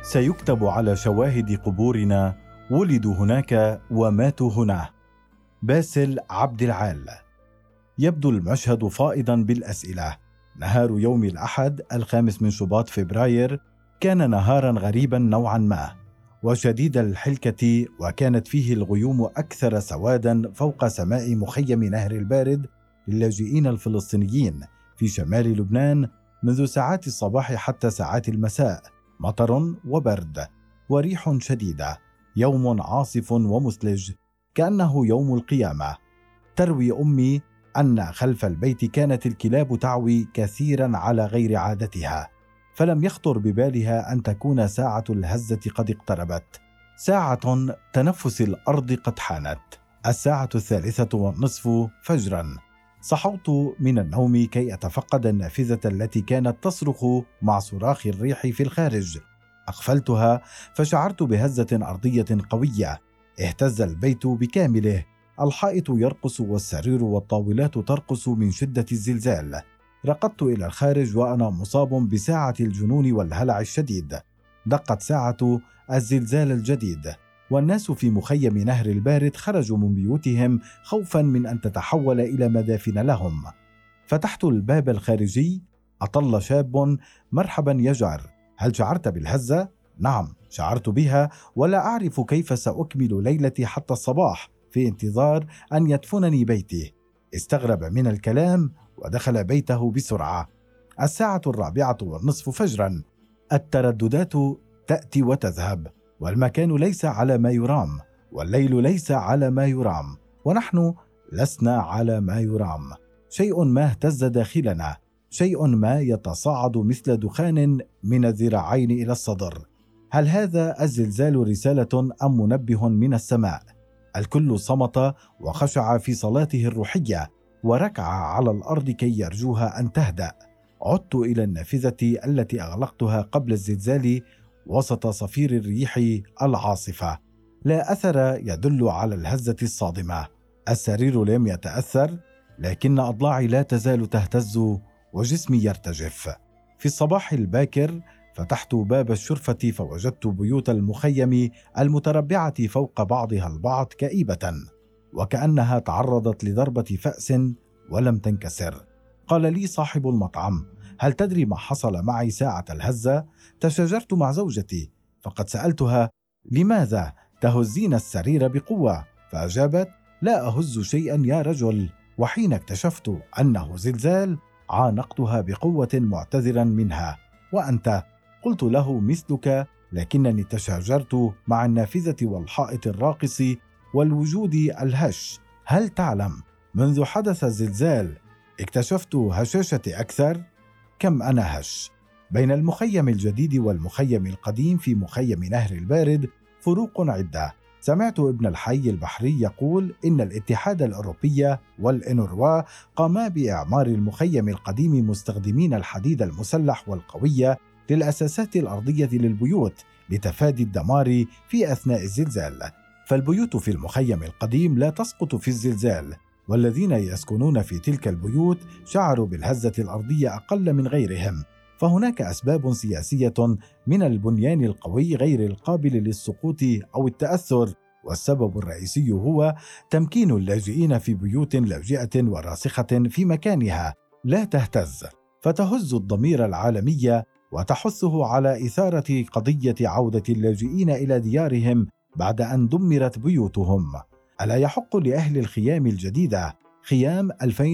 سيكتب على شواهد قبورنا: ولدوا هناك وماتوا هنا. باسل عبد العال. يبدو المشهد فائضا بالأسئلة. نهار يوم الأحد 5 شباط فبراير كان نهارا غريبا نوعا ما وشديد الحلكة، وكانت فيه الغيوم أكثر سوادا فوق سماء مخيم نهر البارد للاجئين الفلسطينيين في شمال لبنان منذ ساعات الصباح حتى ساعات المساء. مطر وبرد وريح شديدة، يوم عاصف ومثلج كأنه يوم القيامة. تروي أمي أن خلف البيت كانت الكلاب تعوي كثيرا على غير عادتها، فلم يخطر ببالها أن تكون ساعة الهزة قد اقتربت. ساعة تنفس الأرض قد حانت. 3:30 فجرا. صحوت من النوم كي أتفقد النافذة التي كانت تصرخ مع صراخ الريح في الخارج. أقفلتها فشعرت بهزة أرضية قوية. اهتز البيت بكامله، الحائط يرقص والسرير والطاولات ترقص من شدة الزلزال. رقدت إلى الخارج وأنا مصاب بساعة الجنون والهلع الشديد. دقت ساعة الزلزال الجديد، والناس في مخيم نهر البارد خرجوا من بيوتهم خوفا من أن تتحول إلى مدافن لهم. فتحت الباب الخارجي. أطل شاب: مرحبا يا جار، هل شعرت بالهزة؟ نعم، شعرت بها، ولا أعرف كيف سأكمل ليلتي حتى الصباح في انتظار أن يدفنني بيتي. استغرب من الكلام ودخل بيته بسرعة. 4:15 فجرا. الترددات تأتي وتذهب، والمكان ليس على ما يرام، والليل ليس على ما يرام، ونحن لسنا على ما يرام. شيء ما اهتز داخلنا، شيء ما يتصاعد مثل دخان من الذراعين إلى الصدر. هل هذا الزلزال رسالة أم منبه من السماء؟ الكل صمت وخشع في صلاته الروحية وركع على الأرض كي يرجوها أن تهدأ. عدت إلى النافذة التي أغلقتها قبل الزلزال وسط صفير الريح العاصفة. لا أثر يدل على الهزة الصادمة. السرير لم يتأثر، لكن أضلاعي لا تزال تهتز وجسمي يرتجف. في الصباح الباكر فتحت باب الشرفة فوجدت بيوت المخيم المتربعة فوق بعضها البعض كئيبة، وكأنها تعرضت لضربة فأس ولم تنكسر. قال لي صاحب المطعم: هل تدري ما حصل معي ساعة الهزة؟ تشاجرت مع زوجتي، فقد سألتها: لماذا تهزين السرير بقوة؟ فأجابت: لا أهز شيئا يا رجل، وحين اكتشفت أنه زلزال عانقتها بقوة معتذرا منها. وأنت؟ قلت له: مثلك، لكنني تشاجرت مع النافذة والحائط الراقص والوجود الهش. هل تعلم، منذ حدث الزلزال اكتشفت هشاشتي أكثر. كم أنا هش. بين المخيم الجديد والمخيم القديم في مخيم نهر البارد فروق عدة. سمعت ابن الحي البحري يقول إن الاتحاد الأوروبي والإنوروا قاما بإعمار المخيم القديم مستخدمين الحديد المسلح والقوي للأساسات الأرضية للبيوت لتفادي الدمار في أثناء الزلزال. فالبيوت في المخيم القديم لا تسقط في الزلزال، والذين يسكنون في تلك البيوت شعروا بالهزة الأرضية أقل من غيرهم. فهناك أسباب سياسية من البنيان القوي غير القابل للسقوط أو التأثر، والسبب الرئيسي هو تمكين اللاجئين في بيوت لاجئة وراسخة في مكانها لا تهتز، فتهز الضمير العالمي وتحثه على إثارة قضية عودة اللاجئين إلى ديارهم بعد أن دمرت بيوتهم. ألا يحق لأهل الخيام الجديدة خيام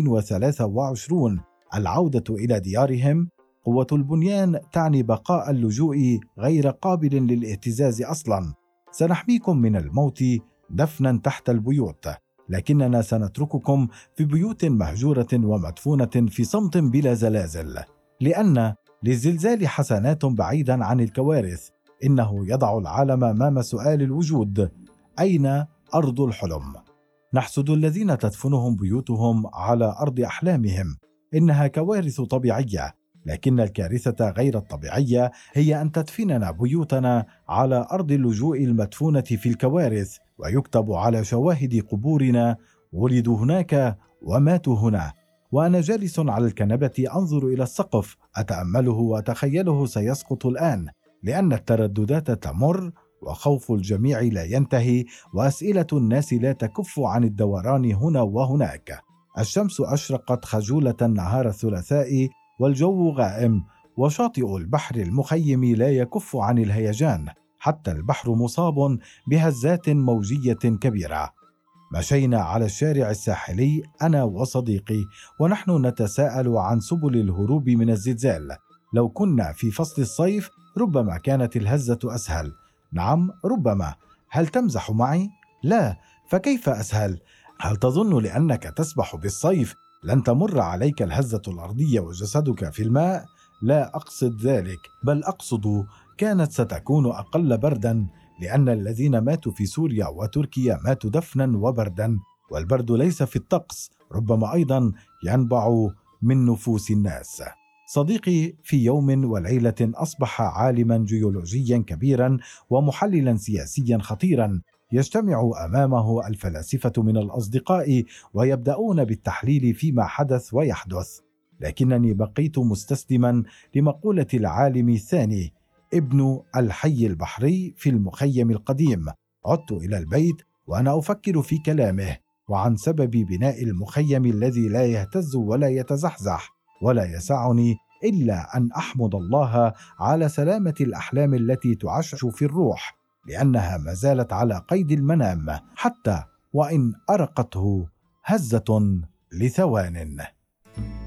2023 العودة إلى ديارهم؟ قوة البنيان تعني بقاء اللجوء غير قابل للاهتزاز أصلا. سنحميكم من الموت دفنا تحت البيوت، لكننا سنترككم في بيوت مهجورة ومدفونة في صمت بلا زلازل، لأن للزلزال حسنات بعيدا عن الكوارث. إنه يضع العالم أمام سؤال الوجود: أين أرض الحلم؟ نحسد الذين تدفنهم بيوتهم على أرض أحلامهم. إنها كوارث طبيعية، لكن الكارثة غير الطبيعية هي أن تدفننا بيوتنا على أرض اللجوء المدفونة في الكوارث، ويكتب على شواهد قبورنا: ولدوا هناك وماتوا هنا. وأنا جالس على الكنبة أنظر إلى السقف، أتأمله وأتخيله سيسقط الآن، لأن الترددات تمر وخوف الجميع لا ينتهي وأسئلة الناس لا تكف عن الدوران هنا وهناك. الشمس أشرقت خجولة نهار الثلاثاء والجو غائم، وشاطئ البحر المخيم لا يكف عن الهيجان، حتى البحر مصاب بهزات موجية كبيرة. مشينا على الشارع الساحلي أنا وصديقي ونحن نتساءل عن سبل الهروب من الزلزال. لو كنا في فصل الصيف ربما كانت الهزة أسهل. نعم ربما. هل تمزح معي؟ لا، فكيف أسهل؟ هل تظن لأنك تسبح بالصيف لن تمر عليك الهزة الأرضية وجسدك في الماء؟ لا أقصد ذلك، بل أقصد كانت ستكون أقل بردا، لأن الذين ماتوا في سوريا وتركيا ماتوا دفنا وبردا، والبرد ليس في الطقس، ربما أيضا ينبع من نفوس الناس. صديقي في يوم وليلة أصبح عالما جيولوجيا كبيرا ومحللا سياسيا خطيرا. يجتمع أمامه الفلاسفة من الأصدقاء ويبدأون بالتحليل فيما حدث ويحدث، لكنني بقيت مستسلما لمقولة العالم الثاني ابن الحي البحري في المخيم القديم. عدت إلى البيت وأنا أفكر في كلامه وعن سبب بناء المخيم الذي لا يهتز ولا يتزحزح، ولا يسعني إلا أن أحمد الله على سلامة الأحلام التي تعشش في الروح، لأنها ما زالت على قيد المنام حتى وإن أرقته هزة لثوان.